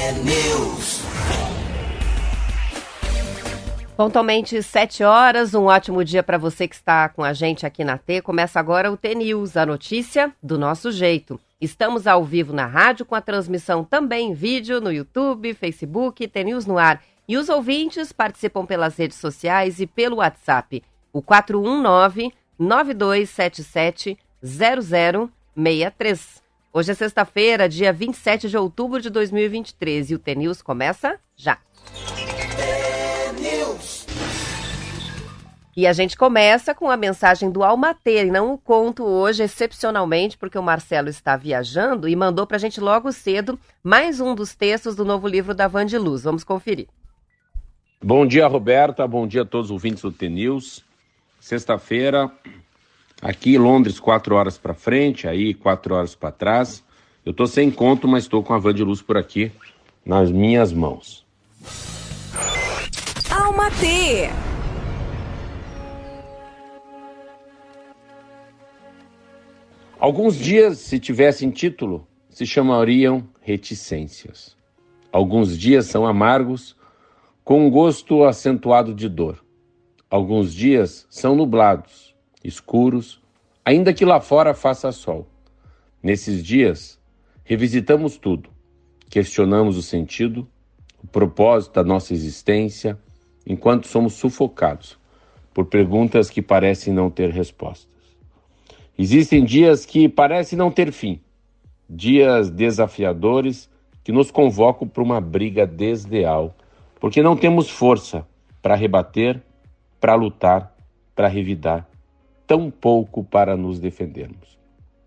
Pontualmente 7 horas, um ótimo dia para você que está com a gente aqui na T. Começa agora o T-News, a notícia do nosso jeito. Estamos ao vivo na rádio com a transmissão também em vídeo no YouTube, Facebook, T-News no ar. E os ouvintes participam pelas redes sociais e pelo WhatsApp, o 419-9277-0063. Hoje é sexta-feira, dia 27 de outubro de 2023 e o T-News começa já. E a gente começa com a mensagem do Almatê, e não o conto hoje, excepcionalmente, porque o Marcelo está viajando e mandou pra gente logo cedo mais um dos textos do novo livro da Vandiluz. Vamos conferir. Bom dia, Roberta. Bom dia a todos os ouvintes do T-News. Sexta-feira, aqui em Londres, 4 horas para frente, aí 4 horas para trás. Eu tô sem conto, mas estou com a Vandiluz por aqui, nas minhas mãos. Almatê! Alguns dias, se tivessem título, se chamariam reticências. Alguns dias são amargos, com um gosto acentuado de dor. Alguns dias são nublados, escuros, ainda que lá fora faça sol. Nesses dias, revisitamos tudo, questionamos o sentido, o propósito da nossa existência, enquanto somos sufocados por perguntas que parecem não ter respostas. Existem dias que parecem não ter fim, dias desafiadores que nos convocam para uma briga desleal, porque não temos força para rebater, para lutar, para revidar, tão pouco para nos defendermos.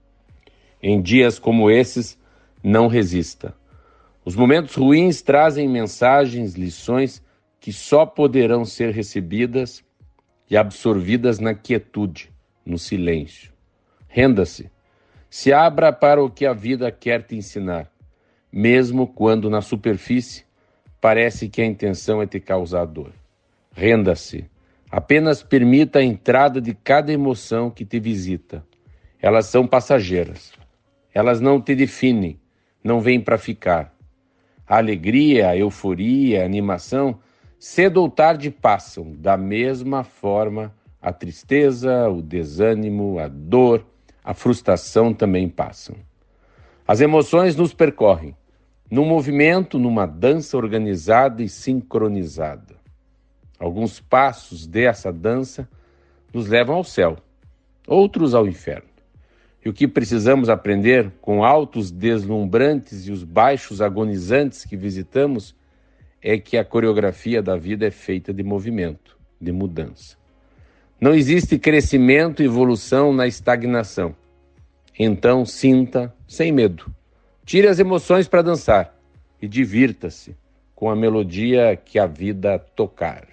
Em dias como esses, não resista. Os momentos ruins trazem mensagens, lições que só poderão ser recebidas e absorvidas na quietude, no silêncio. Renda-se. Se abra para o que a vida quer te ensinar, mesmo quando na superfície parece que a intenção é te causar dor. Renda-se. Apenas permita a entrada de cada emoção que te visita. Elas são passageiras. Elas não te definem, não vêm para ficar. A alegria, a euforia, a animação, cedo ou tarde passam. Da mesma forma, a tristeza, o desânimo, a dor, a frustração também passam. As emoções nos percorrem, num movimento, numa dança organizada e sincronizada. Alguns passos dessa dança nos levam ao céu, outros ao inferno. E o que precisamos aprender com altos deslumbrantes e os baixos agonizantes que visitamos é que a coreografia da vida é feita de movimento, de mudança. Não existe crescimento e evolução na estagnação. Então sinta sem medo. Tire as emoções para dançar e divirta-se com a melodia que a vida tocar.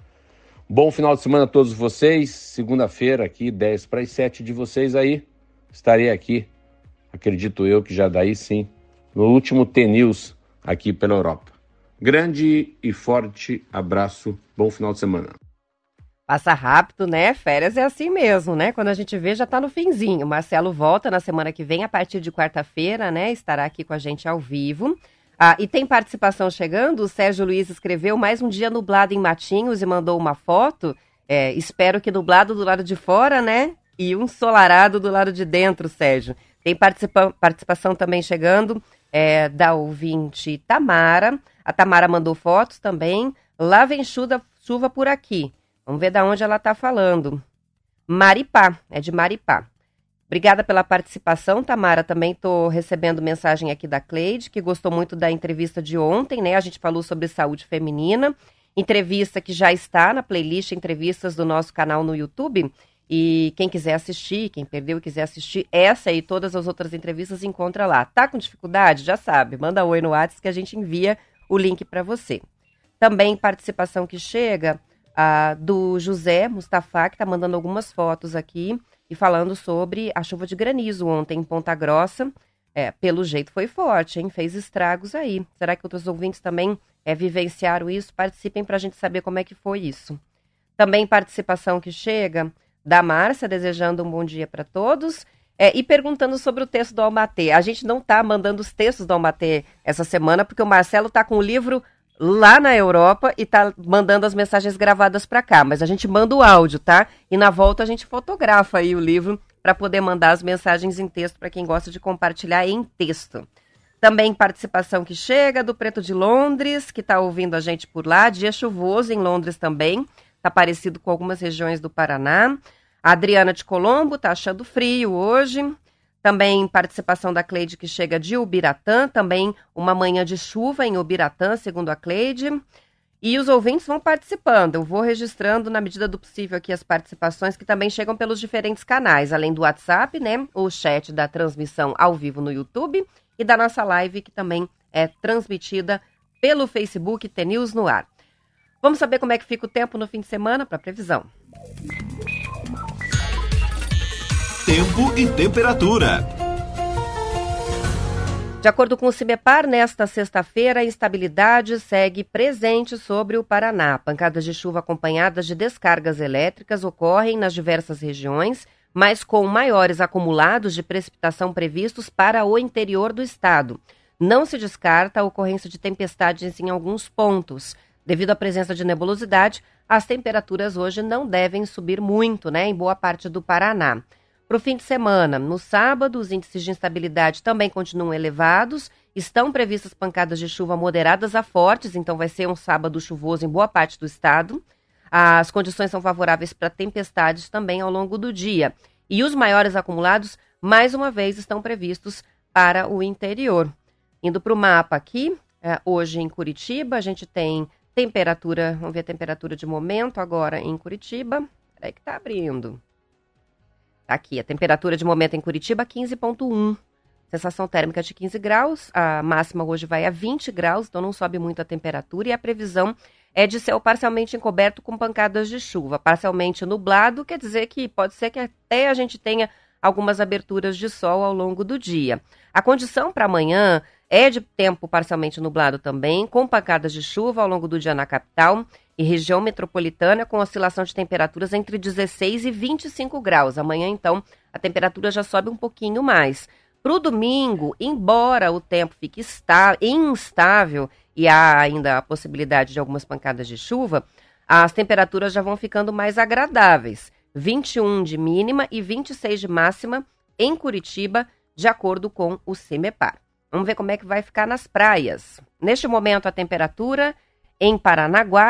Bom final de semana a todos vocês. Segunda-feira aqui, 10 para as 7 de vocês aí. Estarei aqui, acredito eu que já daí sim, no último T-News aqui pela Europa. Grande e forte abraço. Bom final de semana. Passa rápido, né? Férias é assim mesmo, né? Quando a gente vê, já tá no finzinho. O Marcelo volta na semana que vem, a partir de quarta-feira, né? Estará aqui com a gente ao vivo. E tem participação chegando. O Sérgio Luiz escreveu mais um dia nublado em Matinhos e mandou uma foto. Espero que nublado do lado de fora, né? E um ensolarado do lado de dentro, Sérgio. Tem participação também chegando da ouvinte Tamara. A Tamara mandou fotos também. Lá vem chuva por aqui. Vamos ver de onde ela está falando. Maripá, é de Maripá. Obrigada pela participação, Tamara. Também estou recebendo mensagem aqui da Cleide, que gostou muito da entrevista de ontem, né? A gente falou sobre saúde feminina. Entrevista que já está na playlist Entrevistas do nosso canal no YouTube. E quem quiser assistir, quem perdeu e quiser assistir, essa e todas as outras entrevistas encontra lá. Tá com dificuldade? Já sabe. Manda oi no WhatsApp que a gente envia o link para você. Também participação que chega... do José Mustafa, que está mandando algumas fotos aqui e falando sobre a chuva de granizo ontem em Ponta Grossa. Pelo jeito foi forte, hein? Fez estragos aí. Será que outros ouvintes também vivenciaram isso? Participem para a gente saber como é que foi isso. Também participação que chega da Márcia, desejando um bom dia para todos. E perguntando sobre o texto do Almatê. A gente não está mandando os textos do Almatê essa semana, porque o Marcelo está com o livro lá na Europa e está mandando as mensagens gravadas para cá. Mas a gente manda o áudio, tá? E na volta a gente fotografa aí o livro para poder mandar as mensagens em texto para quem gosta de compartilhar em texto. Também participação que chega do Preto de Londres, que está ouvindo a gente por lá. Dia chuvoso em Londres também. Está parecido com algumas regiões do Paraná. A Adriana de Colombo está achando frio hoje. Também participação da Cleide, que chega de Ubiratã. Também uma manhã de chuva em Ubiratã, segundo a Cleide. E os ouvintes vão participando. Eu vou registrando, na medida do possível, aqui as participações que também chegam pelos diferentes canais. Além do WhatsApp, né? O chat da transmissão ao vivo no YouTube e da nossa live, que também é transmitida pelo Facebook TNews no ar. Vamos saber como é que fica o tempo no fim de semana para a previsão. Tempo e temperatura. De acordo com o CIMEPAR, nesta sexta-feira, a instabilidade segue presente sobre o Paraná. Pancadas de chuva acompanhadas de descargas elétricas ocorrem nas diversas regiões, mas com maiores acumulados de precipitação previstos para o interior do estado. Não se descarta a ocorrência de tempestades em alguns pontos. Devido à presença de nebulosidade, as temperaturas hoje não devem subir muito, em boa parte do Paraná. Para o fim de semana, no sábado, os índices de instabilidade também continuam elevados. Estão previstas pancadas de chuva moderadas a fortes, então vai ser um sábado chuvoso em boa parte do estado. As condições são favoráveis para tempestades também ao longo do dia. E os maiores acumulados, mais uma vez, estão previstos para o interior. Indo para o mapa aqui, hoje em Curitiba, a gente tem temperatura, vamos ver a temperatura de momento agora em Curitiba. Peraí que está abrindo. Aqui, a temperatura de momento em Curitiba, 15,1. Sensação térmica de 15 graus. A máxima hoje vai a 20 graus, então não sobe muito a temperatura. E a previsão é de céu parcialmente encoberto com pancadas de chuva. Parcialmente nublado, quer dizer que pode ser que até a gente tenha algumas aberturas de sol ao longo do dia. A condição para amanhã é de tempo parcialmente nublado também, com pancadas de chuva ao longo do dia na capital e região metropolitana, com oscilação de temperaturas entre 16 e 25 graus. Amanhã, então, a temperatura já sobe um pouquinho mais. Para o domingo, embora o tempo fique instável e há ainda a possibilidade de algumas pancadas de chuva, as temperaturas já vão ficando mais agradáveis. 21 de mínima e 26 de máxima em Curitiba, de acordo com o CIMEPAR. Vamos ver como é que vai ficar nas praias. Neste momento, a temperatura em Paranaguá,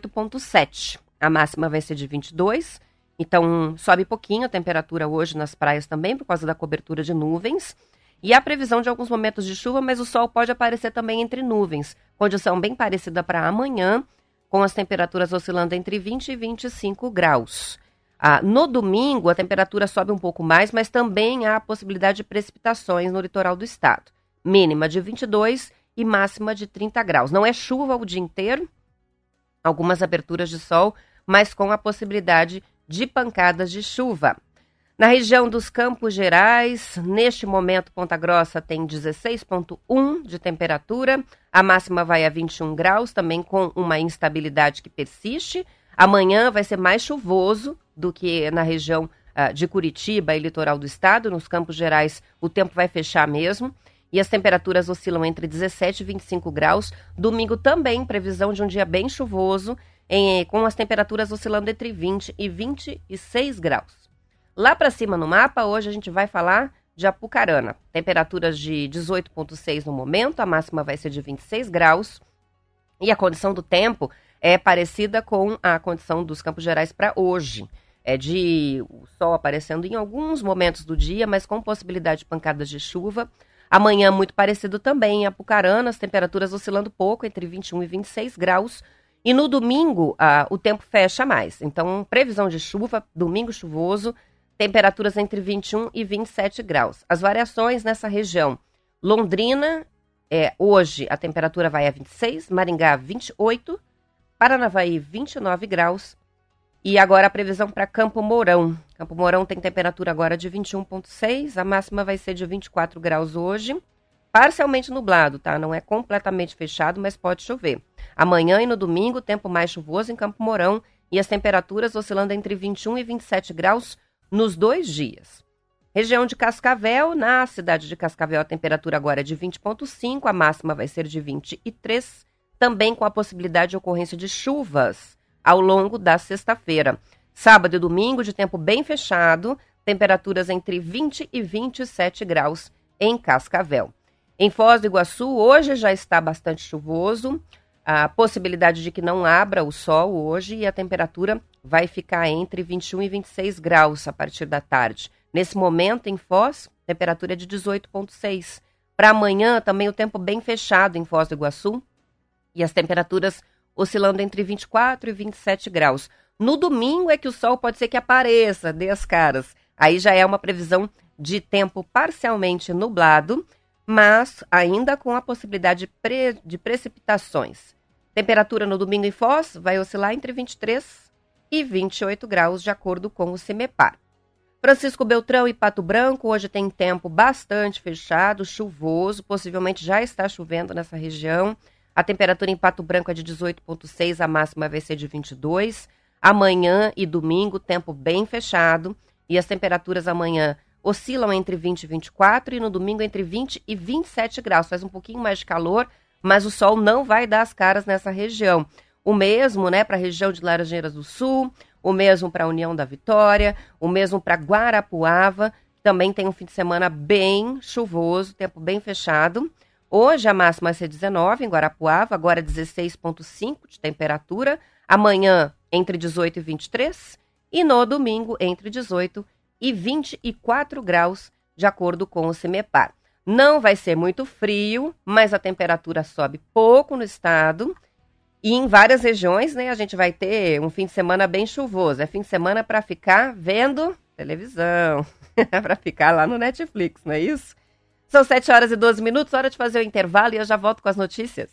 18,7. A máxima vai ser de 22, então sobe pouquinho a temperatura hoje nas praias também, por causa da cobertura de nuvens. E a previsão de alguns momentos de chuva, mas o sol pode aparecer também entre nuvens. Condição bem parecida para amanhã, com as temperaturas oscilando entre 20 e 25 graus. No domingo, a temperatura sobe um pouco mais, mas também há a possibilidade de precipitações no litoral do estado. Mínima de 22 e máxima de 30 graus. Não é chuva o dia inteiro, algumas aberturas de sol, mas com a possibilidade de pancadas de chuva. Na região dos Campos Gerais, neste momento, Ponta Grossa tem 16,1 de temperatura, a máxima vai a 21 graus, também com uma instabilidade que persiste. Amanhã vai ser mais chuvoso do que na região de Curitiba e litoral do estado. Nos Campos Gerais, o tempo vai fechar mesmo. E as temperaturas oscilam entre 17 e 25 graus. Domingo também, previsão de um dia bem chuvoso, com as temperaturas oscilando entre 20 e 26 graus. Lá para cima no mapa, hoje a gente vai falar de Apucarana. Temperaturas de 18,6 no momento, a máxima vai ser de 26 graus. E a condição do tempo é parecida com a condição dos Campos Gerais para hoje. É de o sol aparecendo em alguns momentos do dia, mas com possibilidade de pancadas de chuva. Amanhã, muito parecido também em Apucarana, as temperaturas oscilando pouco, entre 21 e 26 graus. E no domingo, o tempo fecha mais. Então, previsão de chuva, domingo chuvoso, temperaturas entre 21 e 27 graus. As variações nessa região. Londrina, hoje a temperatura vai a 26, Maringá 28, Paranavaí 29 graus. E agora a previsão para Campo Mourão. Campo Mourão tem temperatura agora de 21,6, a máxima vai ser de 24 graus hoje. Parcialmente nublado, tá? Não é completamente fechado, mas pode chover. Amanhã e no domingo, tempo mais chuvoso em Campo Mourão e as temperaturas oscilando entre 21 e 27 graus nos 2 dias. Região de Cascavel, na cidade de Cascavel, a temperatura agora é de 20,5, a máxima vai ser de 23, também com a possibilidade de ocorrência de chuvas ao longo da sexta-feira. Sábado e domingo, de tempo bem fechado, temperaturas entre 20 e 27 graus em Cascavel. Em Foz do Iguaçu, hoje já está bastante chuvoso, a possibilidade de que não abra o sol hoje e a temperatura vai ficar entre 21 e 26 graus a partir da tarde. Nesse momento, em Foz, temperatura é de 18,6. Para amanhã, também o tempo bem fechado em Foz do Iguaçu e as temperaturas oscilando entre 24 e 27 graus. No domingo é que o sol pode ser que apareça, dê as caras. Aí já é uma previsão de tempo parcialmente nublado, mas ainda com a possibilidade de precipitações. Temperatura no domingo em Foz vai oscilar entre 23 e 28 graus, de acordo com o CIMEPAR. Francisco Beltrão e Pato Branco, hoje tem tempo bastante fechado, chuvoso, possivelmente já está chovendo nessa região. A temperatura em Pato Branco é de 18,6, a máxima vai ser de 22. Amanhã e domingo, tempo bem fechado, e as temperaturas amanhã oscilam entre 20 e 24 e no domingo entre 20 e 27 graus. Faz um pouquinho mais de calor, mas o sol não vai dar as caras nessa região. O mesmo, né, para a região de Laranjeiras do Sul, o mesmo para a União da Vitória, o mesmo para Guarapuava, que também tem um fim de semana bem chuvoso, tempo bem fechado. Hoje a máxima vai ser 19 em Guarapuava, agora 16,5 de temperatura. Amanhã entre 18 e 23 e no domingo entre 18 e 24 graus, de acordo com o CIMEPAR. Não vai ser muito frio, mas a temperatura sobe pouco no estado. E em várias regiões, né, a gente vai ter um fim de semana bem chuvoso. É fim de semana para ficar vendo televisão, para ficar lá no Netflix, não é isso? São 7 horas e 12 minutos, hora de fazer o intervalo e eu já volto com as notícias.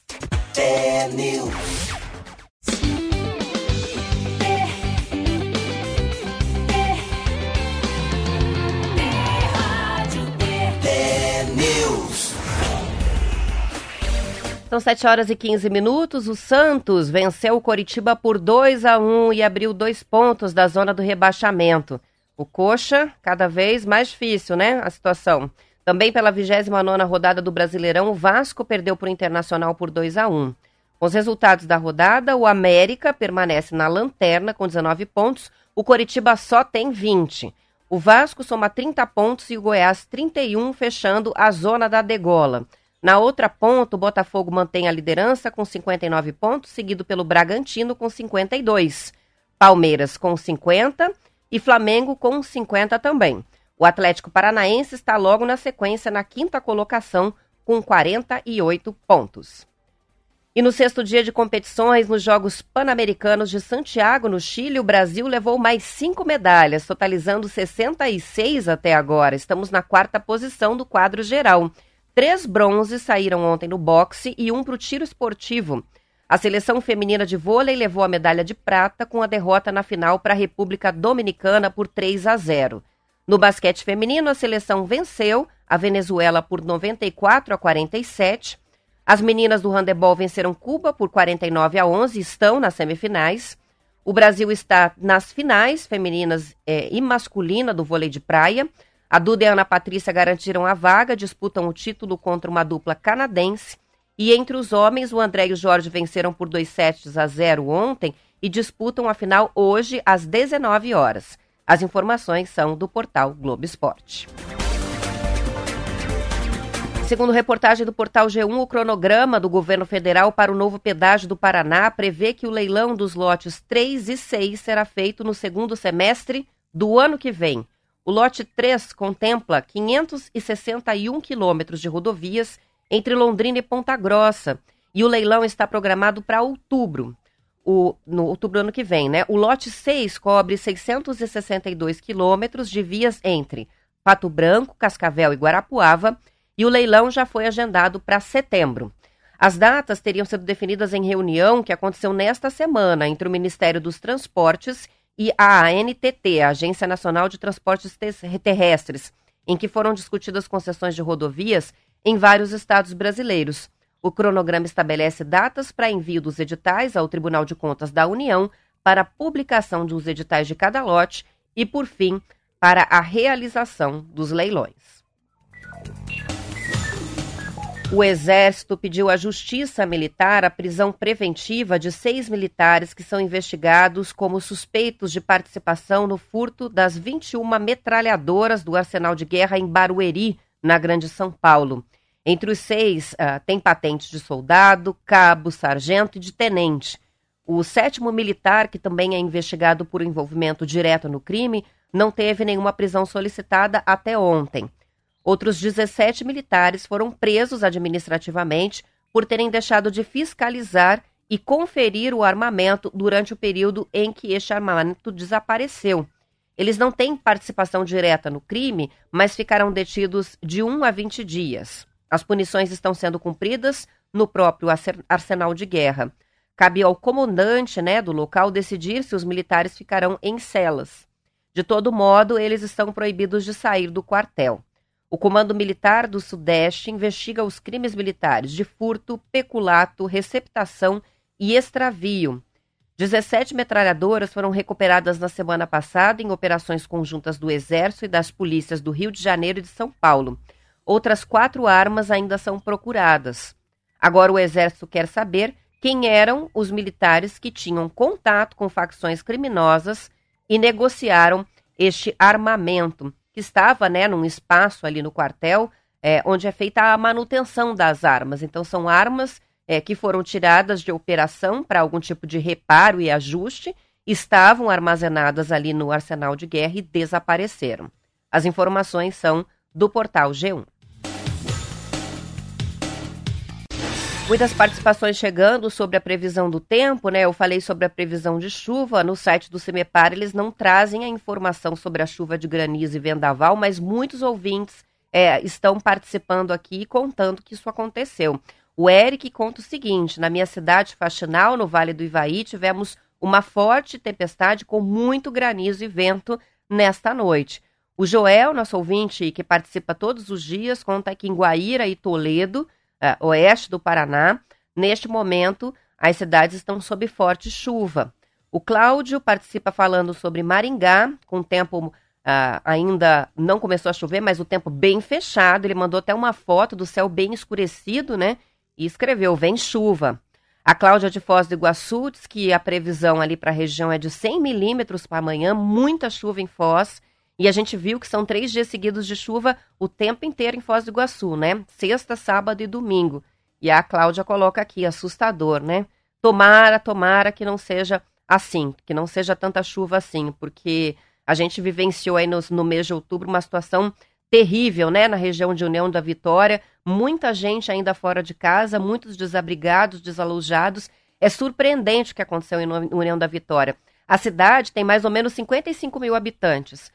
São 7 horas e 15 minutos. O Santos venceu o Coritiba por 2-1 e abriu 2 pontos da zona do rebaixamento. O Coxa, cada vez mais difícil, né, a situação. Também pela 29ª rodada do Brasileirão, o Vasco perdeu para o Internacional por 2-1. Com os resultados da rodada, o América permanece na lanterna com 19 pontos, o Coritiba só tem 20. O Vasco soma 30 pontos e o Goiás 31, fechando a zona da degola. Na outra ponta, o Botafogo mantém a liderança com 59 pontos, seguido pelo Bragantino com 52. Palmeiras com 50 e Flamengo com 50 também. O Atlético Paranaense está logo na sequência na 5ª colocação com 48 pontos. E no 6º dia de competições, nos Jogos Pan-Americanos de Santiago, no Chile, o Brasil levou mais 5 medalhas, totalizando 66 até agora. Estamos na 4ª posição do quadro geral. 3 bronzes saíram ontem no boxe e 1 para o tiro esportivo. A seleção feminina de vôlei levou a medalha de prata com a derrota na final para a República Dominicana por 3-0. No basquete feminino, a seleção venceu a Venezuela por 94-47. As meninas do handebol venceram Cuba por 49-11 e estão nas semifinais. O Brasil está nas finais femininas e masculina do vôlei de praia. A Duda e a Ana Patrícia garantiram a vaga, disputam o título contra uma dupla canadense. E entre os homens, o André e o Jorge venceram por 2-0 ontem e disputam a final hoje às 19 horas. As informações são do portal Globo Esporte. Segundo reportagem do portal G1, o cronograma do governo federal para o novo pedágio do Paraná prevê que o leilão dos lotes 3 e 6 será feito no segundo semestre do ano que vem. O lote 3 contempla 561 quilômetros de rodovias entre Londrina e Ponta Grossa. E o leilão está programado para outubro. No outubro do ano que vem, né? O lote 6 cobre 662 quilômetros de vias entre Pato Branco, Cascavel e Guarapuava. E o leilão já foi agendado para setembro. As datas teriam sido definidas em reunião que aconteceu nesta semana entre o Ministério dos Transportes e a ANTT, a Agência Nacional de Transportes Terrestres, em que foram discutidas concessões de rodovias em vários estados brasileiros. O cronograma estabelece datas para envio dos editais ao Tribunal de Contas da União para publicação dos editais de cada lote e, por fim, para a realização dos leilões. O Exército pediu à Justiça Militar a prisão preventiva de 6 militares que são investigados como suspeitos de participação no furto das 21 metralhadoras do Arsenal de Guerra em Barueri, na Grande São Paulo. Entre os 6, tem patentes de soldado, cabo, sargento e de tenente. O 7º militar, que também é investigado por envolvimento direto no crime, não teve nenhuma prisão solicitada até ontem. Outros 17 militares foram presos administrativamente por terem deixado de fiscalizar e conferir o armamento durante o período em que este armamento desapareceu. Eles não têm participação direta no crime, mas ficarão detidos de 1 a 20 dias. As punições estão sendo cumpridas no próprio arsenal de guerra. Cabe ao comandante, do local decidir se os militares ficarão em celas. De todo modo, eles estão proibidos de sair do quartel. O Comando Militar do Sudeste investiga os crimes militares de furto, peculato, receptação e extravio. 17 metralhadoras foram recuperadas na semana passada em operações conjuntas do Exército e das polícias do Rio de Janeiro e de São Paulo. Outras 4 armas ainda são procuradas. Agora o Exército quer saber quem eram os militares que tinham contato com facções criminosas e negociaram este armamento, que estava num espaço ali no quartel, onde é feita a manutenção das armas. Então, são armas que foram tiradas de operação para algum tipo de reparo e ajuste, estavam armazenadas ali no arsenal de guerra e desapareceram. As informações são do portal G1. Muitas participações chegando sobre a previsão do tempo, Eu falei sobre a previsão de chuva. No site do CEMEPAR, eles não trazem a informação sobre a chuva de granizo e vendaval, mas muitos ouvintes estão participando aqui e contando que isso aconteceu. O Eric conta o seguinte: na minha cidade Faxinal, no Vale do Ivaí, tivemos uma forte tempestade com muito granizo e vento nesta noite. O Joel, nosso ouvinte que participa todos os dias, conta que em Guaíra e Toledo, oeste do Paraná, neste momento, as cidades estão sob forte chuva. O Cláudio participa falando sobre Maringá, com o tempo ainda não começou a chover, mas o tempo bem fechado. Ele mandou até uma foto do céu bem escurecido, e escreveu: vem chuva. A Cláudia de Foz do Iguaçu diz que a previsão ali para a região é de 100 milímetros para amanhã, muita chuva em Foz. E a gente viu que são 3 dias seguidos de chuva o tempo inteiro em Foz do Iguaçu, Sexta, sábado e domingo. E a Cláudia coloca aqui, assustador, Tomara que não seja assim, que não seja tanta chuva assim, porque a gente vivenciou aí no mês de outubro uma situação terrível, na região de União da Vitória. Muita gente ainda fora de casa, muitos desabrigados, desalojados. É surpreendente o que aconteceu em União da Vitória. A cidade tem mais ou menos 55 mil habitantes.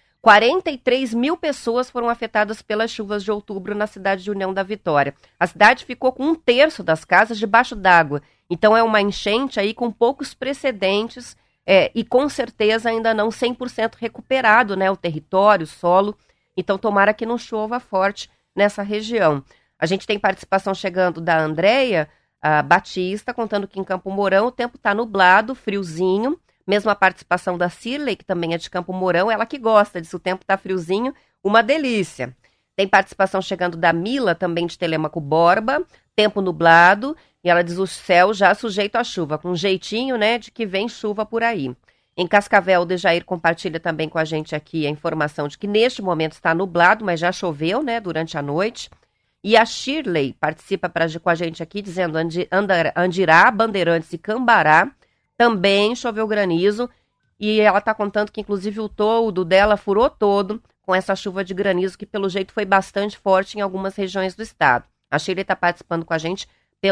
43 mil pessoas foram afetadas pelas chuvas de outubro na cidade de União da Vitória. A cidade ficou com 1/3 das casas debaixo d'água. Então é uma enchente aí com poucos precedentes e com certeza ainda não 100% recuperado, o território, o solo. Então tomara que não chova forte nessa região. A gente tem participação chegando da Andréia Batista, contando que em Campo Mourão o tempo está nublado, friozinho. Mesmo a participação da Cirlei, que também é de Campo Mourão, ela que gosta disso, o tempo tá friozinho, uma delícia. Tem participação chegando da Mila, também de Telêmaco Borba, tempo nublado, e ela diz o céu já sujeito à chuva, com um jeitinho, de que vem chuva por aí. Em Cascavel, o Dejair compartilha também com a gente aqui a informação de que neste momento está nublado, mas já choveu, durante a noite. E a Shirley participa com a gente aqui, dizendo Andirá, Bandeirantes e Cambará, também choveu granizo, e ela está contando que inclusive o toldo dela furou todo com essa chuva de granizo, que pelo jeito foi bastante forte em algumas regiões do estado. A Shirley está participando com a gente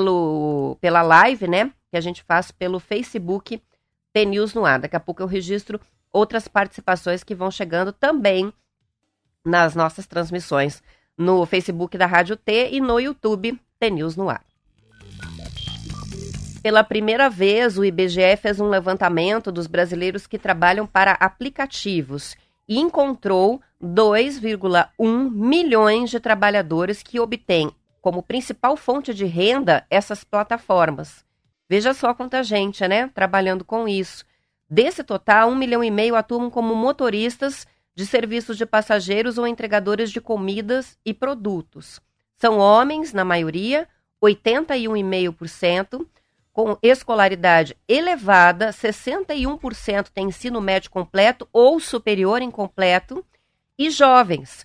pela live, que a gente faz pelo Facebook T-News no ar. Daqui a pouco eu registro outras participações que vão chegando também nas nossas transmissões no Facebook da Rádio T e no YouTube T-News no ar. Pela primeira vez, o IBGE fez um levantamento dos brasileiros que trabalham para aplicativos e encontrou 2,1 milhões de trabalhadores que obtêm como principal fonte de renda essas plataformas. Veja só quanta gente, trabalhando com isso. Desse total, 1,5 milhão atuam como motoristas de serviços de passageiros ou entregadores de comidas e produtos. São homens, na maioria, 81,5%, com escolaridade elevada, 61% tem ensino médio completo ou superior incompleto, e jovens,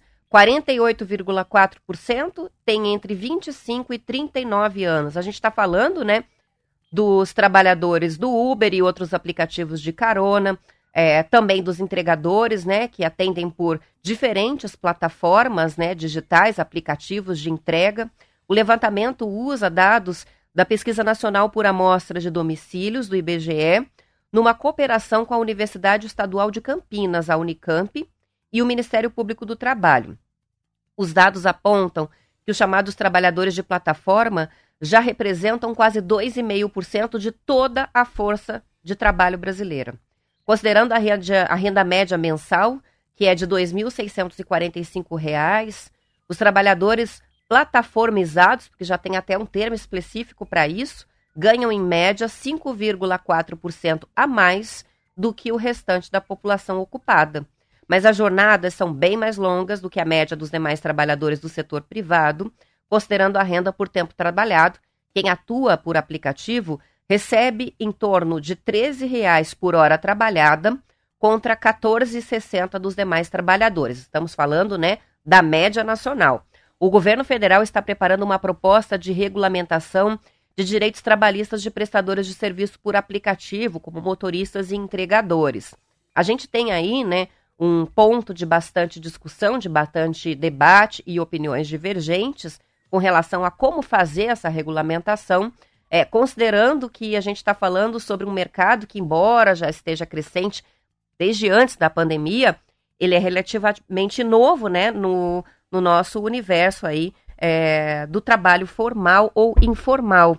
48,4%, tem entre 25 e 39 anos. A gente está falando, né, dos trabalhadores do Uber e outros aplicativos de carona, também dos entregadores, né, que atendem por diferentes plataformas, né, digitais, aplicativos de entrega. O levantamento usa dados da Pesquisa Nacional por Amostra de Domicílios, do IBGE, numa cooperação com a Universidade Estadual de Campinas, a Unicamp, e o Ministério Público do Trabalho. Os dados apontam que os chamados trabalhadores de plataforma já representam quase 2,5% de toda a força de trabalho brasileira. Considerando a renda média mensal, que é de R$ 2.645, os trabalhadores plataformizados, porque já tem até um termo específico para isso, ganham em média 5,4% a mais do que o restante da população ocupada. Mas as jornadas são bem mais longas do que a média dos demais trabalhadores do setor privado, considerando a renda por tempo trabalhado. Quem atua por aplicativo recebe em torno de R$ 13,00 por hora trabalhada, contra R$ 14,60 dos demais trabalhadores. Estamos falando, né, da média nacional. O governo federal está preparando uma proposta de regulamentação de direitos trabalhistas de prestadores de serviço por aplicativo, como motoristas e entregadores. A gente tem aí, né, um ponto de bastante discussão, de bastante debate e opiniões divergentes com relação a como fazer essa regulamentação, considerando que a gente está falando sobre um mercado que, embora já esteja crescente desde antes da pandemia, ele é relativamente novo, né, no nosso universo aí, do trabalho formal ou informal.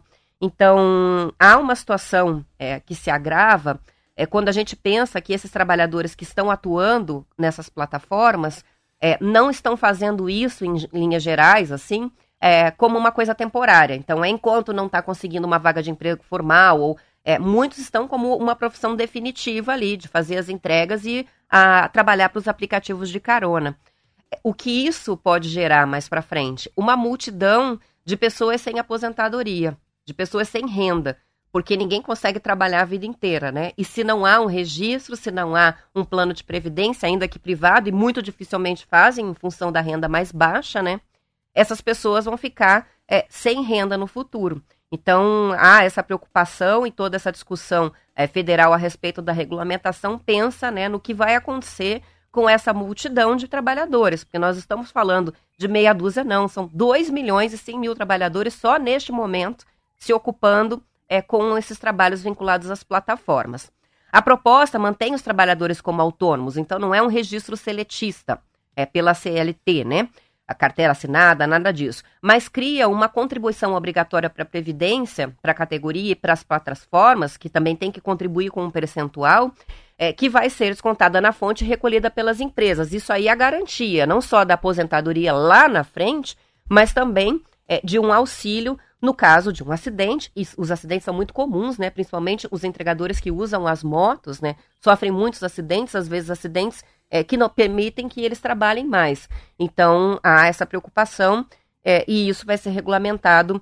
Então, há uma situação que se agrava quando a gente pensa que esses trabalhadores que estão atuando nessas plataformas não estão fazendo isso, em linhas gerais, assim, como uma coisa temporária. Então, enquanto não está conseguindo uma vaga de emprego formal, ou muitos estão como uma profissão definitiva ali, de fazer as entregas e trabalhar para os aplicativos de carona. O que isso pode gerar mais para frente? Uma multidão de pessoas sem aposentadoria, de pessoas sem renda, porque ninguém consegue trabalhar a vida inteira, né? E se não há um registro, se não há um plano de previdência, ainda que privado, e muito dificilmente fazem em função da renda mais baixa, né? Essas pessoas vão ficar sem renda no futuro. Então, há essa preocupação e toda essa discussão federal a respeito da regulamentação pensa, né, no que vai acontecer com essa multidão de trabalhadores, porque nós estamos falando de meia dúzia, não, são 2.100.000 trabalhadores só neste momento se ocupando com esses trabalhos vinculados às plataformas. A proposta mantém os trabalhadores como autônomos, então não é um registro seletista, pela CLT, né? A carteira assinada, nada disso, mas cria uma contribuição obrigatória para a Previdência, para a categoria e para as plataformas, que também tem que contribuir com um percentual, que vai ser descontada na fonte e recolhida pelas empresas. Isso aí é a garantia, não só da aposentadoria lá na frente, mas também de um auxílio no caso de um acidente. E os acidentes são muito comuns, né? Principalmente os entregadores que usam as motos, né? Sofrem muitos acidentes, às vezes acidentes que não permitem que eles trabalhem mais. Então, há essa preocupação e isso vai ser regulamentado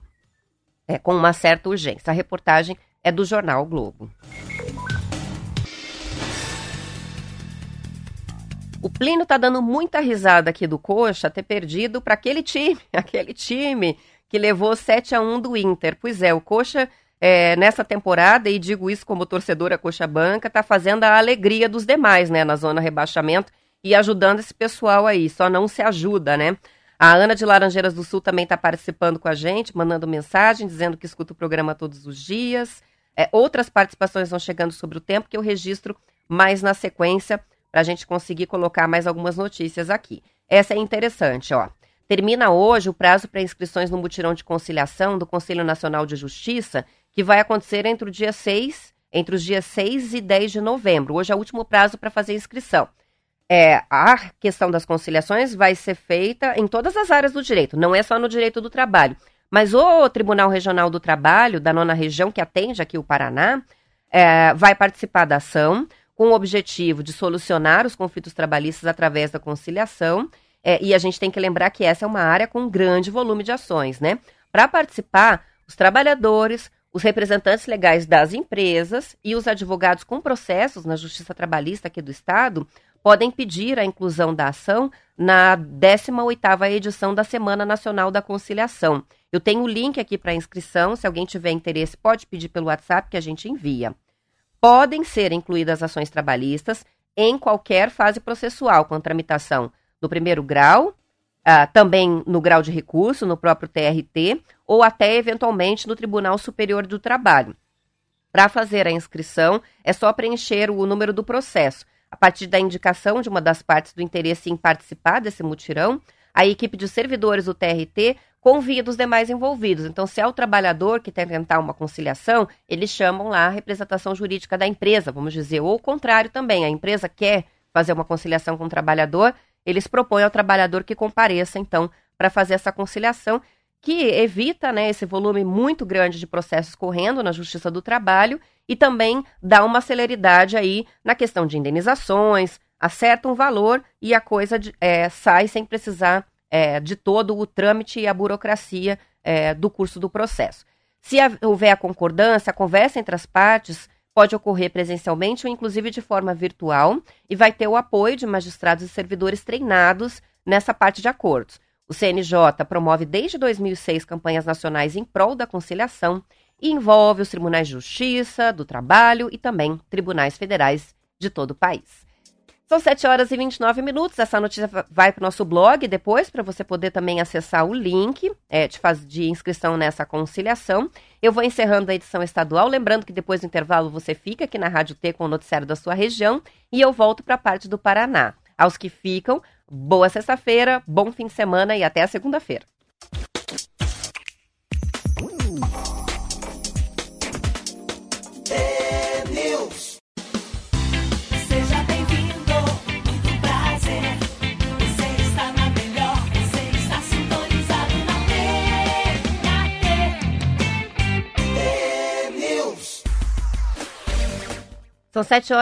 com uma certa urgência. A reportagem é do jornal o Globo. O Plínio tá dando muita risada aqui do Coxa ter perdido para aquele time que levou 7-1 do Inter. Pois é, o Coxa nessa temporada, e digo isso como torcedora coxabanca, tá fazendo a alegria dos demais, né, na zona rebaixamento e ajudando esse pessoal aí, só não se ajuda, né? A Ana de Laranjeiras do Sul também tá participando com a gente, mandando mensagem, dizendo que escuta o programa todos os dias. Outras participações vão chegando sobre o tempo, que eu registro mais na sequência, para a gente conseguir colocar mais algumas notícias aqui. Essa é interessante, ó. Termina hoje o prazo para inscrições no mutirão de conciliação do Conselho Nacional de Justiça, que vai acontecer entre os dias 6 e 10 de novembro. Hoje é o último prazo para fazer inscrição. A questão das conciliações vai ser feita em todas as áreas do direito, não é só no direito do trabalho. Mas o Tribunal Regional do Trabalho, da 9ª Região, que atende aqui o Paraná, vai participar da ação. com o objetivo de solucionar os conflitos trabalhistas através da conciliação. E a gente tem que lembrar que essa é uma área com um grande volume de ações, né? Para participar, os trabalhadores, os representantes legais das empresas e os advogados com processos na Justiça Trabalhista aqui do Estado podem pedir a inclusão da ação na 18ª edição da Semana Nacional da Conciliação. Eu tenho o link aqui para inscrição, se alguém tiver interesse pode pedir pelo WhatsApp que a gente envia. Podem ser incluídas ações trabalhistas em qualquer fase processual, com tramitação no primeiro grau, também no grau de recurso, no próprio TRT, ou até eventualmente no Tribunal Superior do Trabalho. Para fazer a inscrição, é só preencher o número do processo. A partir da indicação de uma das partes do interesse em participar desse mutirão, a equipe de servidores do TRT convida os demais envolvidos. Então, se é o trabalhador que quer tentar uma conciliação, eles chamam lá a representação jurídica da empresa, vamos dizer, ou o contrário também, a empresa quer fazer uma conciliação com o trabalhador, eles propõem ao trabalhador que compareça, então, para fazer essa conciliação, que evita, né, esse volume muito grande de processos correndo na Justiça do Trabalho e também dá uma celeridade aí na questão de indenizações, acerta um valor e a coisa sai sem precisar de todo o trâmite e a burocracia do curso do processo. Se houver a concordância, a conversa entre as partes pode ocorrer presencialmente ou inclusive de forma virtual e vai ter o apoio de magistrados e servidores treinados nessa parte de acordos. O CNJ promove desde 2006 campanhas nacionais em prol da conciliação e envolve os tribunais de justiça, do trabalho e também tribunais federais de todo o país. São 7h29. Essa notícia vai para o nosso blog depois, para você poder também acessar o link de inscrição nessa conciliação. Eu vou encerrando a edição estadual, lembrando que depois do intervalo você fica aqui na Rádio T com o noticiário da sua região e eu volto para a parte do Paraná. Aos que ficam, boa sexta-feira, bom fim de semana e até a segunda-feira. São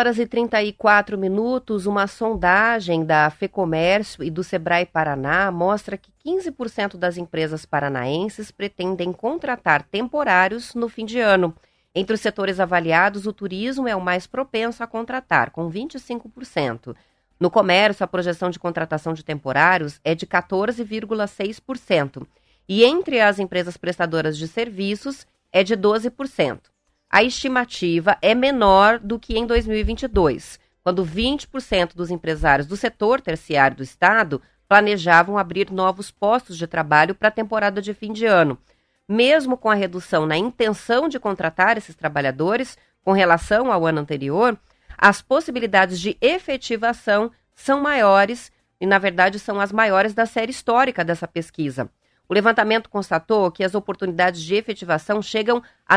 7h34. Uma sondagem da FEComércio e do Sebrae Paraná mostra que 15% das empresas paranaenses pretendem contratar temporários no fim de ano. Entre os setores avaliados, o turismo é o mais propenso a contratar, com 25%. No comércio, a projeção de contratação de temporários é de 14,6%. E entre as empresas prestadoras de serviços, é de 12%. A estimativa é menor do que em 2022, quando 20% dos empresários do setor terciário do Estado planejavam abrir novos postos de trabalho para a temporada de fim de ano. Mesmo com a redução na intenção de contratar esses trabalhadores com relação ao ano anterior, as possibilidades de efetivação são maiores e, na verdade, são as maiores da série histórica dessa pesquisa. O levantamento constatou que as oportunidades de efetivação chegam a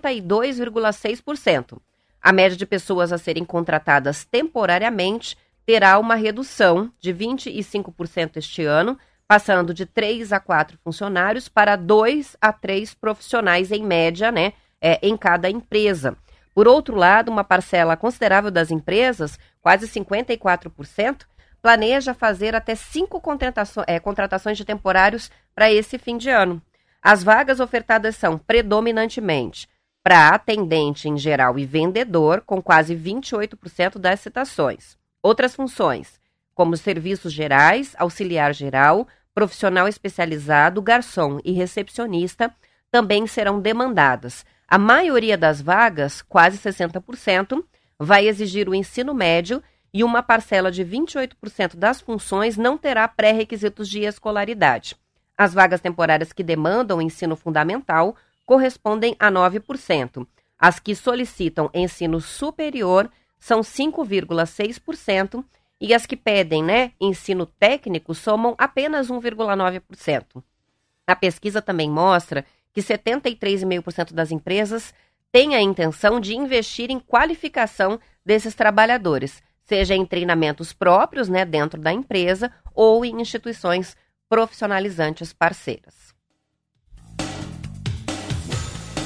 92,6%. A média de pessoas a serem contratadas temporariamente terá uma redução de 25% este ano, passando de 3 a 4 funcionários para 2 a 3 profissionais em média, em cada empresa. Por outro lado, uma parcela considerável das empresas, quase 54%, planeja fazer até 5 contratações de temporários para esse fim de ano. As vagas ofertadas são predominantemente para atendente em geral e vendedor, com quase 28% das citações. Outras funções, como serviços gerais, auxiliar geral, profissional especializado, garçom e recepcionista, também serão demandadas. A maioria das vagas, quase 60%, vai exigir o ensino médio e uma parcela de 28% das funções não terá pré-requisitos de escolaridade. As vagas temporárias que demandam ensino fundamental correspondem a 9%. As que solicitam ensino superior são 5,6% e as que pedem, ensino técnico somam apenas 1,9%. A pesquisa também mostra que 73,5% das empresas têm a intenção de investir em qualificação desses trabalhadores, seja em treinamentos próprios, dentro da empresa ou em instituições profissionalizantes parceiras.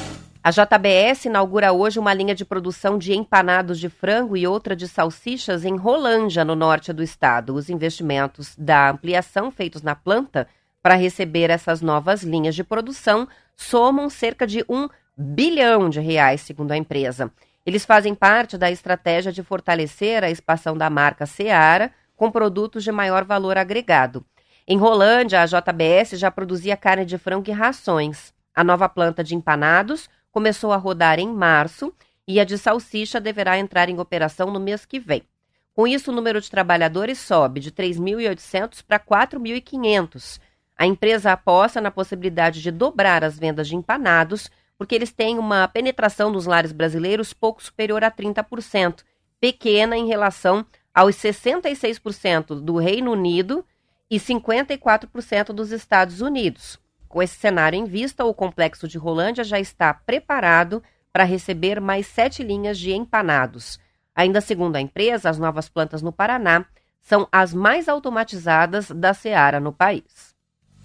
A JBS inaugura hoje uma linha de produção de empanados de frango e outra de salsichas em Rolândia, no norte do estado. Os investimentos da ampliação feitos na planta para receber essas novas linhas de produção somam cerca de R$ 1 bilhão, segundo a empresa. Eles fazem parte da estratégia de fortalecer a expansão da marca Seara com produtos de maior valor agregado. Em Rolândia, a JBS já produzia carne de frango e rações. A nova planta de empanados começou a rodar em março e a de salsicha deverá entrar em operação no mês que vem. Com isso, o número de trabalhadores sobe de 3.800 para 4.500. A empresa aposta na possibilidade de dobrar as vendas de empanados, porque eles têm uma penetração nos lares brasileiros pouco superior a 30%, pequena em relação aos 66% do Reino Unido e 54% dos Estados Unidos. Com esse cenário em vista, o complexo de Rolândia já está preparado para receber mais 7 linhas de empanados. Ainda segundo a empresa, as novas plantas no Paraná são as mais automatizadas da Seara no país.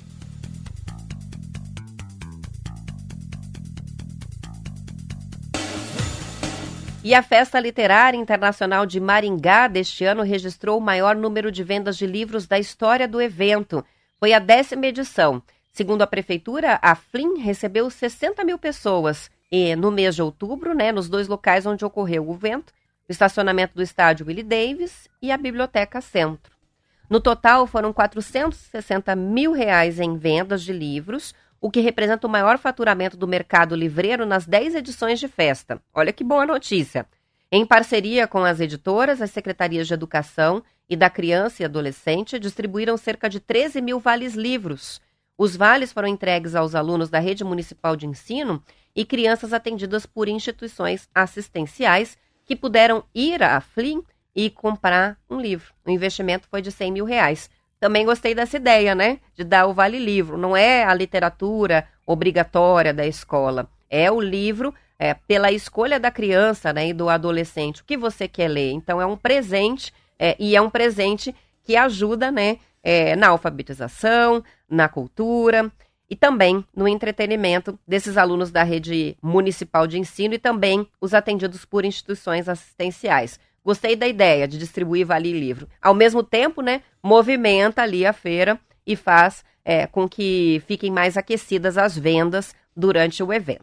E a Festa Literária Internacional de Maringá deste ano registrou o maior número de vendas de livros da história do evento. Foi a 10ª edição. Segundo a prefeitura, a FLIM recebeu 60 mil pessoas e no mês de outubro, nos 2 locais onde ocorreu o evento, o estacionamento do estádio Willie Davis e a Biblioteca Centro. No total, foram R$ 460 mil em vendas de livros, o que representa o maior faturamento do mercado livreiro nas 10 edições de festa. Olha que boa notícia! Em parceria com as editoras, as secretarias de Educação e da Criança e Adolescente distribuíram cerca de 13 mil vales-livros. Os vales foram entregues aos alunos da rede municipal de ensino e crianças atendidas por instituições assistenciais que puderam ir à FLIM e comprar um livro. O investimento foi de R$ 100 mil. Também gostei dessa ideia, de dar o vale-livro. Não é a literatura obrigatória da escola, é o livro pela escolha da criança e do adolescente. O que você quer ler? Então é um presente e é um presente que ajuda, na alfabetização, na cultura e também no entretenimento desses alunos da rede municipal de ensino e também os atendidos por instituições assistenciais. Gostei da ideia de distribuir vale-livro. Ao mesmo tempo, movimenta ali a feira e faz com que fiquem mais aquecidas as vendas durante o evento.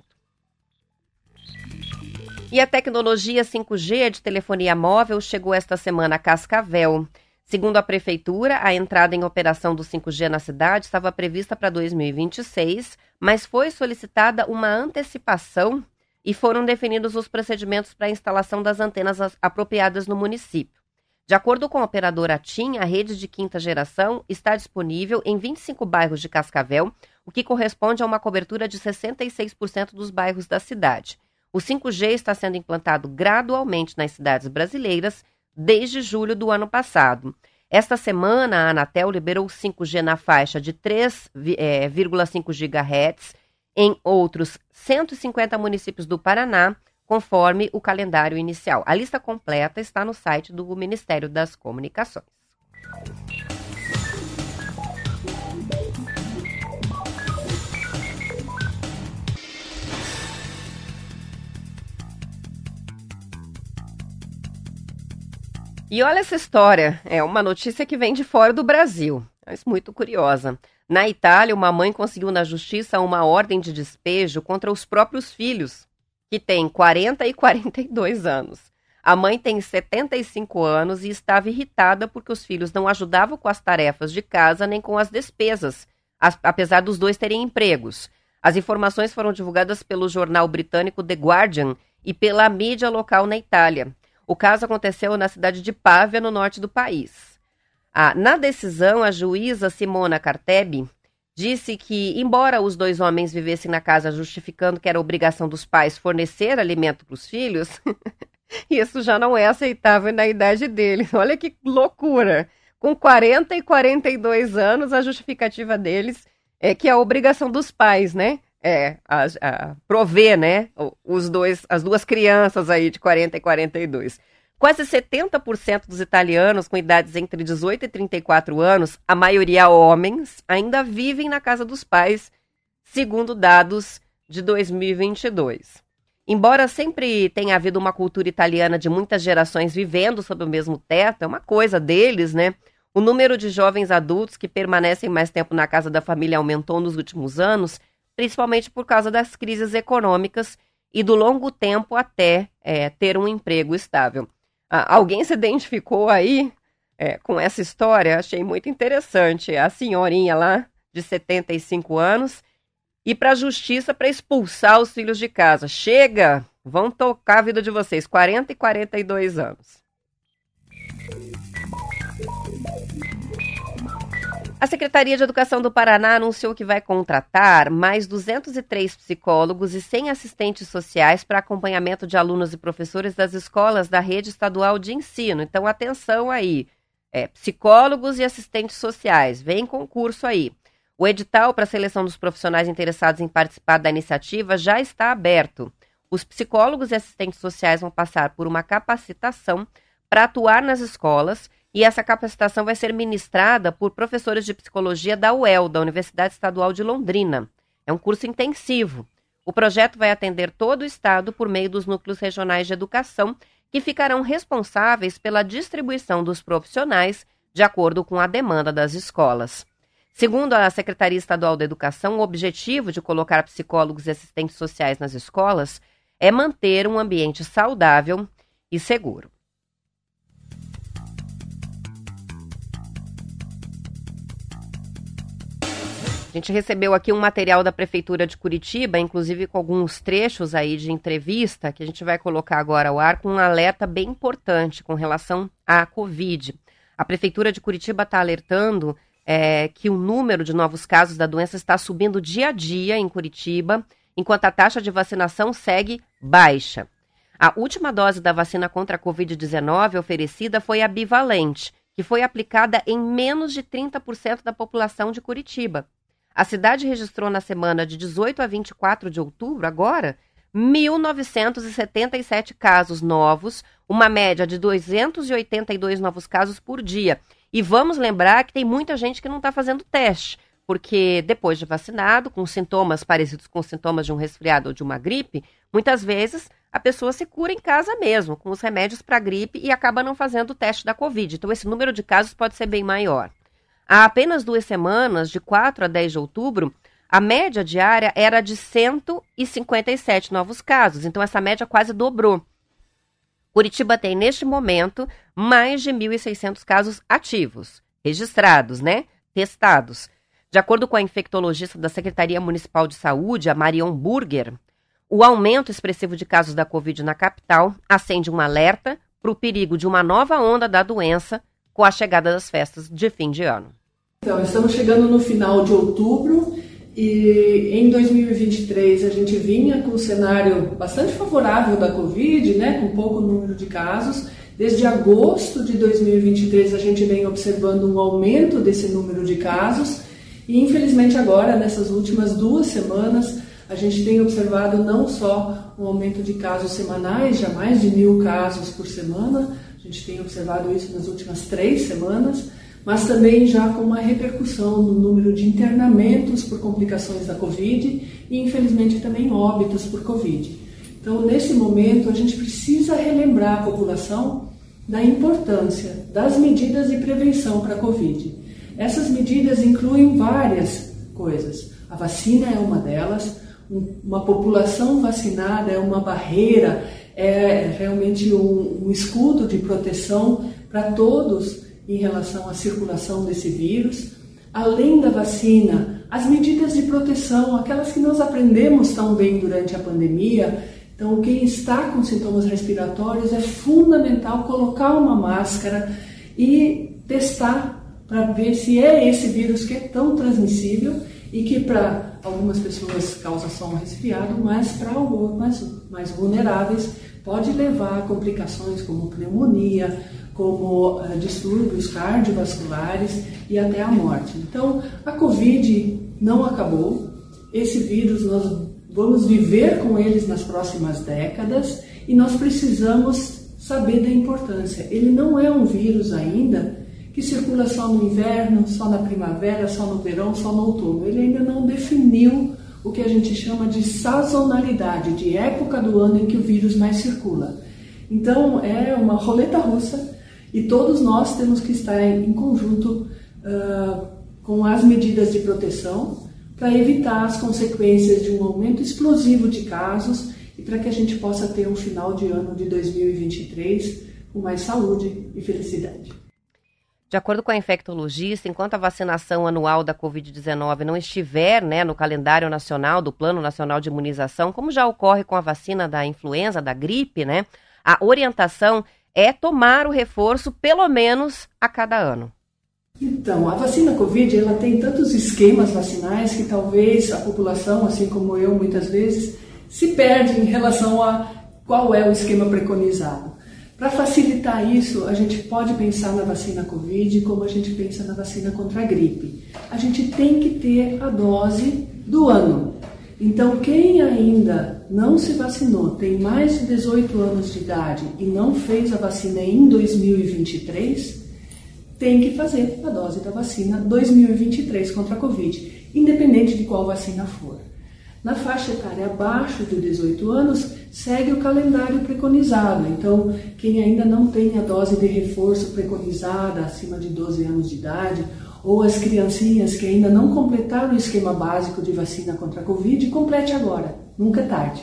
E a tecnologia 5G de telefonia móvel chegou esta semana a Cascavel. Segundo a prefeitura, a entrada em operação do 5G na cidade estava prevista para 2026, mas foi solicitada uma antecipação e foram definidos os procedimentos para a instalação das antenas apropriadas no município. De acordo com a operadora TIM, a rede de 5ª geração está disponível em 25 bairros de Cascavel, o que corresponde a uma cobertura de 66% dos bairros da cidade. O 5G está sendo implantado gradualmente nas cidades brasileiras desde julho do ano passado. Esta semana, a Anatel liberou 5G na faixa de 3,5 GHz em outros 150 municípios do Paraná, conforme o calendário inicial. A lista completa está no site do Ministério das Comunicações. E olha essa história, é uma notícia que vem de fora do Brasil, mas muito curiosa. Na Itália, uma mãe conseguiu na justiça uma ordem de despejo contra os próprios filhos, que têm 40 e 42 anos. A mãe tem 75 anos e estava irritada porque os filhos não ajudavam com as tarefas de casa nem com as despesas, apesar dos dois terem empregos. As informações foram divulgadas pelo jornal britânico The Guardian e pela mídia local na Itália. O caso aconteceu na cidade de Pávia, no norte do país. Na decisão, a juíza Simona Cartebi disse que, embora os dois homens vivessem na casa justificando que era obrigação dos pais fornecer alimento para os filhos, isso já não é aceitável na idade deles. Olha que loucura! Com 40 e 42 anos, a justificativa deles é que é a obrigação dos pais, prover, as duas crianças aí de 40 e 42. Quase 70% dos italianos com idades entre 18 e 34 anos, a maioria homens, ainda vivem na casa dos pais, segundo dados de 2022. Embora sempre tenha havido uma cultura italiana de muitas gerações vivendo sob o mesmo teto, é uma coisa deles, né? O número de jovens adultos que permanecem mais tempo na casa da família aumentou nos últimos anos, principalmente por causa das crises econômicas e do longo tempo até ter um emprego estável. Alguém se identificou aí com essa história? Achei muito interessante. A senhorinha lá, de 75 anos, ir para a justiça para expulsar os filhos de casa. Chega! Vão tocar a vida de vocês. 40 e 42 anos. A Secretaria de Educação do Paraná anunciou que vai contratar mais 203 psicólogos e 100 assistentes sociais para acompanhamento de alunos e professores das escolas da rede estadual de ensino. Então, atenção aí, psicólogos e assistentes sociais, vem concurso aí. O edital para a seleção dos profissionais interessados em participar da iniciativa já está aberto. Os psicólogos e assistentes sociais vão passar por uma capacitação para atuar nas escolas. E essa capacitação vai ser ministrada por professores de psicologia da UEL, da Universidade Estadual de Londrina. É um curso intensivo. O projeto vai atender todo o estado por meio dos núcleos regionais de educação, que ficarão responsáveis pela distribuição dos profissionais de acordo com a demanda das escolas. Segundo a Secretaria Estadual da Educação, o objetivo de colocar psicólogos e assistentes sociais nas escolas é manter um ambiente saudável e seguro. A gente recebeu aqui um material da Prefeitura de Curitiba, inclusive com alguns trechos aí de entrevista, que a gente vai colocar agora ao ar, com um alerta bem importante com relação à Covid. A Prefeitura de Curitiba está alertando que o número de novos casos da doença está subindo dia a dia em Curitiba, enquanto a taxa de vacinação segue baixa. A última dose da vacina contra a Covid-19 oferecida foi a bivalente, que foi aplicada em menos de 30% da população de Curitiba. A cidade registrou na semana de 18 a 24 de outubro, agora, 1.977 casos novos, uma média de 282 novos casos por dia. E vamos lembrar que tem muita gente que não está fazendo teste, porque depois de vacinado, com sintomas parecidos com sintomas de um resfriado ou de uma gripe, muitas vezes a pessoa se cura em casa mesmo, com os remédios para a gripe e acaba não fazendo o teste da Covid. Então esse número de casos pode ser bem maior. Há apenas 2 semanas, de 4 a 10 de outubro, a média diária era de 157 novos casos. Então, essa média quase dobrou. Curitiba tem, neste momento, mais de 1.600 casos ativos, registrados, testados. De acordo com a infectologista da Secretaria Municipal de Saúde, a Marion Burger, o aumento expressivo de casos da Covid na capital acende um alerta para o perigo de uma nova onda da doença com a chegada das festas de fim de ano. Então, estamos chegando no final de outubro e em 2023 a gente vinha com um cenário bastante favorável da Covid, com pouco número de casos. Desde agosto de 2023 a gente vem observando um aumento desse número de casos e infelizmente agora, nessas últimas 2 semanas, a gente tem observado não só um aumento de casos semanais, já mais de 1.000 casos por semana. A gente tem observado isso nas últimas 3 semanas, mas também já com uma repercussão no número de internamentos por complicações da Covid e, infelizmente, também óbitos por Covid. Então, nesse momento, a gente precisa relembrar a população da importância das medidas de prevenção para a Covid. Essas medidas incluem várias coisas. A vacina é uma delas, uma população vacinada é uma barreira, é realmente um escudo de proteção para todos em relação à circulação desse vírus. Além da vacina, as medidas de proteção, aquelas que nós aprendemos tão bem durante a pandemia. Então, quem está com sintomas respiratórios é fundamental colocar uma máscara e testar para ver se é esse vírus que é tão transmissível e que para algumas pessoas causa só um resfriado, mas para algumas mais vulneráveis pode levar a complicações como pneumonia, como distúrbios cardiovasculares e até a morte. Então, a Covid não acabou. Esse vírus nós vamos viver com eles nas próximas décadas e nós precisamos saber da importância. Ele não é um vírus ainda que circula só no inverno, só na primavera, só no verão, só no outono. Ele ainda não definiu o que a gente chama de sazonalidade, de época do ano em que o vírus mais circula. Então, é uma roleta russa e todos nós temos que estar em conjunto com as medidas de proteção para evitar as consequências de um aumento explosivo de casos e para que a gente possa ter um final de ano de 2023 com mais saúde e felicidade. De acordo com a infectologista, enquanto a vacinação anual da Covid-19 não estiver, no calendário nacional do Plano Nacional de Imunização, como já ocorre com a vacina da influenza, da gripe, a orientação é tomar o reforço pelo menos a cada ano. Então, a vacina Covid, ela tem tantos esquemas vacinais que talvez a população, assim como eu, muitas vezes, se perde em relação a qual é o esquema preconizado. Para facilitar isso, a gente pode pensar na vacina Covid como a gente pensa na vacina contra a gripe. A gente tem que ter a dose do ano. Então, quem ainda não se vacinou, tem mais de 18 anos de idade e não fez a vacina em 2023, tem que fazer a dose da vacina 2023 contra a Covid, independente de qual vacina for. Na faixa etária abaixo de 18 anos, segue o calendário preconizado. Então, quem ainda não tem a dose de reforço preconizada acima de 12 anos de idade, ou as criancinhas que ainda não completaram o esquema básico de vacina contra a Covid, complete agora, nunca é tarde.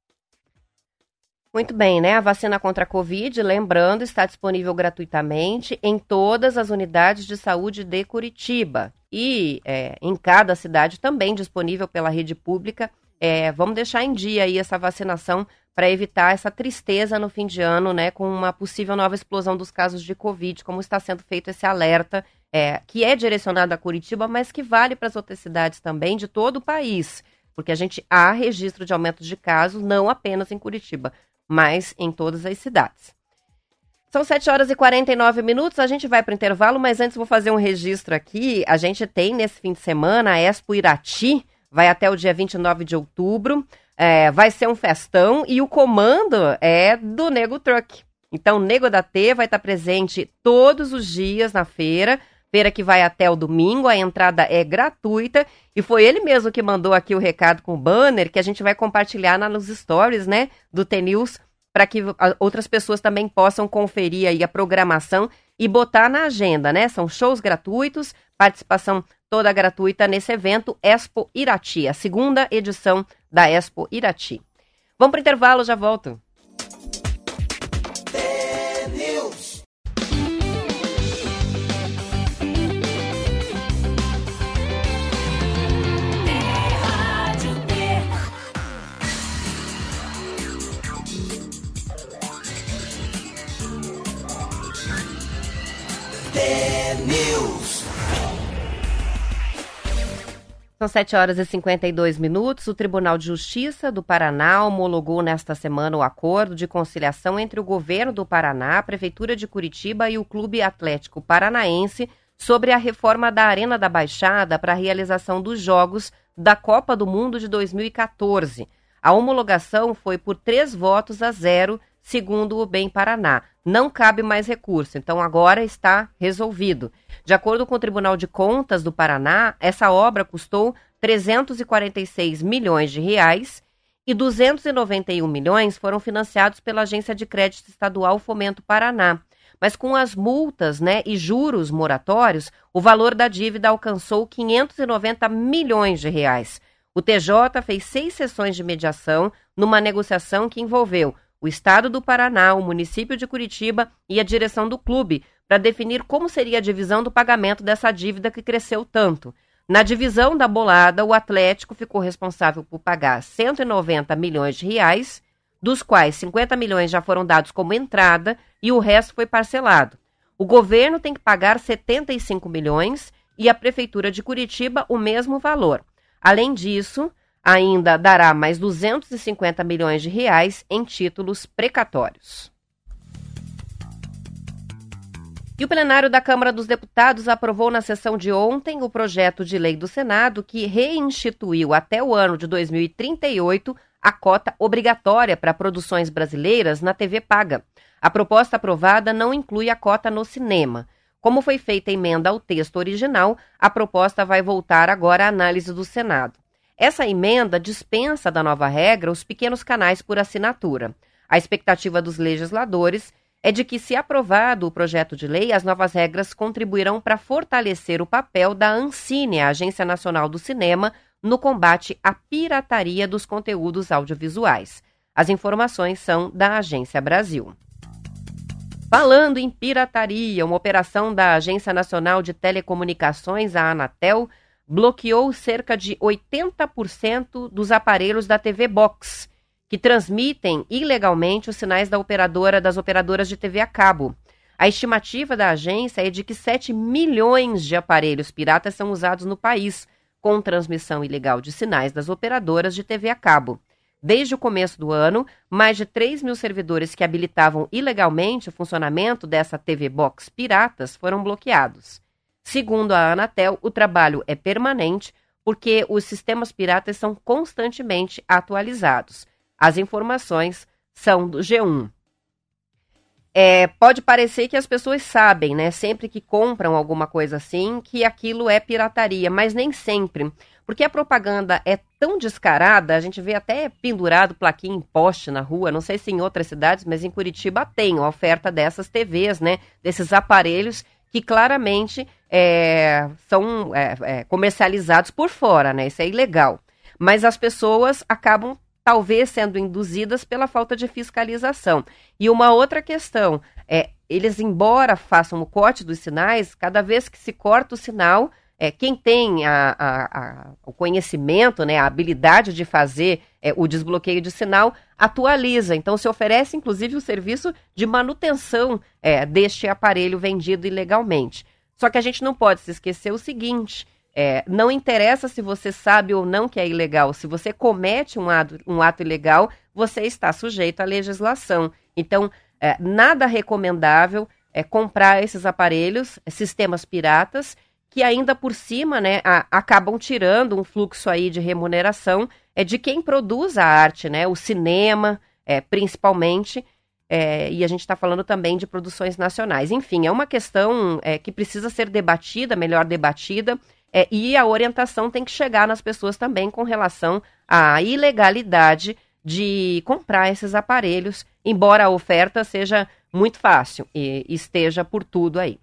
Muito bem, A vacina contra a Covid, lembrando, está disponível gratuitamente em todas as unidades de saúde de Curitiba. E em cada cidade também disponível pela rede pública. Vamos deixar em dia aí essa vacinação para evitar essa tristeza no fim de ano, com uma possível nova explosão dos casos de Covid, como está sendo feito esse alerta, que é direcionado a Curitiba, mas que vale para as outras cidades também de todo o país, porque a gente há registro de aumento de casos, não apenas em Curitiba, mas em todas as cidades. São 7h49, a gente vai para o intervalo, mas antes vou fazer um registro aqui. A gente tem nesse fim de semana a Expo Irati, vai até o dia 29 de outubro, vai ser um festão e o comando é do Nego Truck. Então o Nego da T vai estar presente todos os dias na feira que vai até o domingo, a entrada é gratuita e foi ele mesmo que mandou aqui o recado com o banner que a gente vai compartilhar nos stories, do T-News, para que outras pessoas também possam conferir aí a programação e botar na agenda, São shows gratuitos, participação toda gratuita nesse evento Expo Irati, a segunda edição da Expo Irati. Vamos para o intervalo, já volto. São 7h52. O Tribunal de Justiça do Paraná homologou nesta semana o acordo de conciliação entre o governo do Paraná, a Prefeitura de Curitiba e o Clube Atlético Paranaense sobre a reforma da Arena da Baixada para a realização dos Jogos da Copa do Mundo de 2014. A homologação foi por 3-0, segundo o Bem Paraná. Não cabe mais recurso, então agora está resolvido. De acordo com o Tribunal de Contas do Paraná, essa obra custou 346 milhões de reais e 291 milhões foram financiados pela Agência de Crédito Estadual Fomento Paraná. Mas com as multas, e juros moratórios, o valor da dívida alcançou 590 milhões de reais. O TJ fez 6 sessões de mediação numa negociação que envolveu o Estado do Paraná, o município de Curitiba e a direção do clube, para definir como seria a divisão do pagamento dessa dívida que cresceu tanto. Na divisão da bolada, o Atlético ficou responsável por pagar 190 milhões de reais, dos quais 50 milhões já foram dados como entrada e o resto foi parcelado. O governo tem que pagar 75 milhões e a Prefeitura de Curitiba o mesmo valor. Além disso, ainda dará mais 250 milhões de reais em títulos precatórios. E o plenário da Câmara dos Deputados aprovou na sessão de ontem o projeto de lei do Senado que reinstituiu até o ano de 2038 a cota obrigatória para produções brasileiras na TV paga. A proposta aprovada não inclui a cota no cinema. Como foi feita emenda ao texto original, a proposta vai voltar agora à análise do Senado. Essa emenda dispensa da nova regra os pequenos canais por assinatura. A expectativa dos legisladores é de que, se aprovado o projeto de lei, as novas regras contribuirão para fortalecer o papel da Ancine, a Agência Nacional do Cinema, no combate à pirataria dos conteúdos audiovisuais. As informações são da Agência Brasil. Falando em pirataria, uma operação da Agência Nacional de Telecomunicações, a Anatel, bloqueou cerca de 80% dos aparelhos da TV Box, que transmitem ilegalmente os sinais das operadoras de TV a cabo. A estimativa da agência é de que 7 milhões de aparelhos piratas são usados no país, com transmissão ilegal de sinais das operadoras de TV a cabo. Desde o começo do ano, mais de 3 mil servidores que habilitavam ilegalmente o funcionamento dessa TV Box piratas foram bloqueados. Segundo a Anatel, o trabalho é permanente porque os sistemas piratas são constantemente atualizados. As informações são do G1. Pode parecer que as pessoas sabem, né, sempre que compram alguma coisa assim, que aquilo é pirataria, mas nem sempre. Porque a propaganda é tão descarada, a gente vê até pendurado plaquinha em poste na rua, não sei se em outras cidades, mas em Curitiba tem a oferta dessas TVs, né, desses aparelhos que claramente são comercializados por fora, né, isso é ilegal. Mas as pessoas acabam talvez sendo induzidas pela falta de fiscalização. E uma outra questão, eles, embora façam o corte dos sinais, cada vez que se corta o sinal, quem tem o conhecimento, né, a habilidade de fazer o desbloqueio de sinal, atualiza. Então, se oferece, inclusive, o serviço de manutenção deste aparelho vendido ilegalmente. Só que a gente não pode se esquecer o seguinte: não interessa se você sabe ou não que é ilegal. Se você comete um ato ilegal, você está sujeito à legislação. Então, nada recomendável comprar esses aparelhos, sistemas piratas, que ainda por cima, né, acabam tirando um fluxo aí de remuneração de quem produz a arte, né, o cinema, principalmente, e a gente está falando também de produções nacionais. Enfim, é uma questão que precisa ser debatida, melhor debatida, e a orientação tem que chegar nas pessoas também com relação à ilegalidade de comprar esses aparelhos, embora a oferta seja muito fácil e esteja por tudo aí.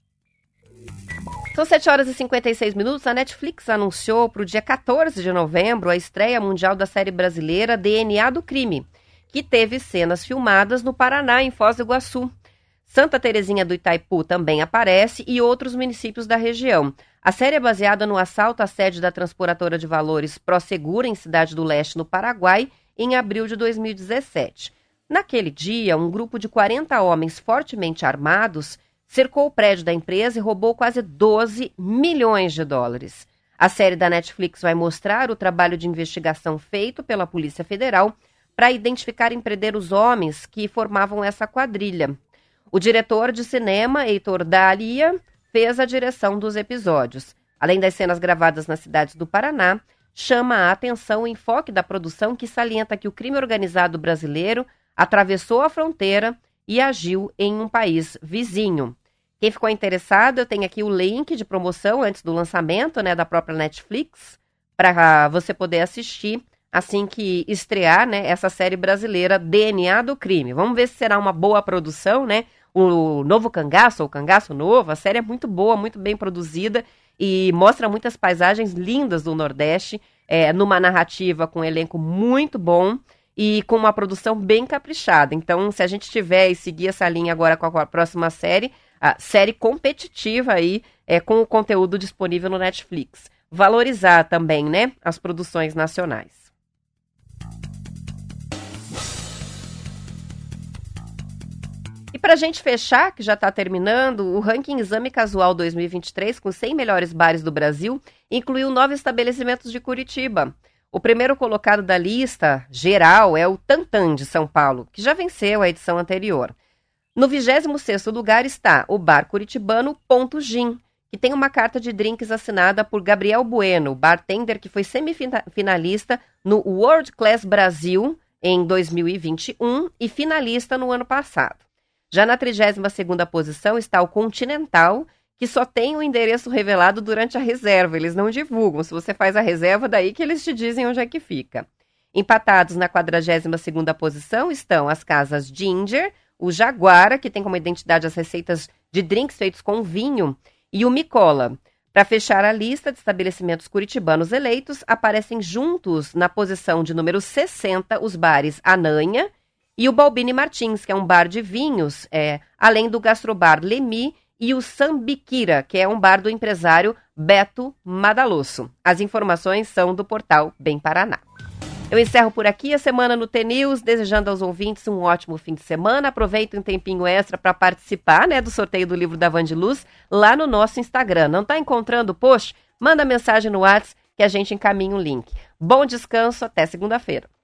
São 7 horas e 56 minutos. A Netflix anunciou para o dia 14 de novembro a estreia mundial da série brasileira DNA do Crime, que teve cenas filmadas no Paraná, em Foz do Iguaçu. Santa Terezinha do Itaipu também aparece e outros municípios da região. A série é baseada no assalto à sede da transportadora de valores Prosegura, em Cidade do Leste, no Paraguai, em abril de 2017. Naquele dia, um grupo de 40 homens fortemente armados cercou o prédio da empresa e roubou quase 12 milhões de dólares. A série da Netflix vai mostrar o trabalho de investigação feito pela Polícia Federal para identificar e prender os homens que formavam essa quadrilha. O diretor de cinema, Heitor Dalia, fez a direção dos episódios. Além das cenas gravadas nas cidades do Paraná, chama a atenção o enfoque da produção, que salienta que o crime organizado brasileiro atravessou a fronteira e agiu em um país vizinho. Quem ficou interessado, eu tenho aqui o link de promoção antes do lançamento, né, da própria Netflix, para você poder assistir assim que estrear, né, essa série brasileira DNA do Crime. Vamos ver se será uma boa produção, né? O novo Cangaço, ou Cangaço Novo, a série é muito boa, muito bem produzida e mostra muitas paisagens lindas do Nordeste, numa narrativa com um elenco muito bom e com uma produção bem caprichada. Então, se a gente tiver e seguir essa linha agora com a próxima série, a série competitiva aí, com o conteúdo disponível no Netflix. Valorizar também, né, as produções nacionais. E para a gente fechar, que já está terminando, o ranking Exame Casual 2023, com 100 melhores bares do Brasil, incluiu 9 estabelecimentos de Curitiba. O primeiro colocado da lista geral é o Tantan, de São Paulo, que já venceu a edição anterior. No 26º lugar está o bar curitibano Ponto Gin, que tem uma carta de drinks assinada por Gabriel Bueno, bartender que foi semifinalista no World Class Brasil em 2021 e finalista no ano passado. Já na 32ª posição está o Continental, que só tem o endereço revelado durante a reserva. Eles não divulgam. Se você faz a reserva, daí que eles te dizem onde é que fica. Empatados na 42ª posição estão as casas Ginger, o Jaguara, que tem como identidade as receitas de drinks feitos com vinho, e o Micola. Para fechar a lista de estabelecimentos curitibanos eleitos, aparecem juntos na posição de número 60 os bares Ananha e o Balbini Martins, que é um bar de vinhos, além do gastrobar Lemi e o Sambiquira, que é um bar do empresário Beto Madalosso. As informações são do portal Bem Paraná. Eu encerro por aqui a semana no T-News, desejando aos ouvintes um ótimo fim de semana. Aproveita um tempinho extra para participar, do sorteio do livro da Vandiluz lá no nosso Instagram. Não está encontrando o post? Manda mensagem no WhatsApp que a gente encaminha o link. Bom descanso, até segunda-feira.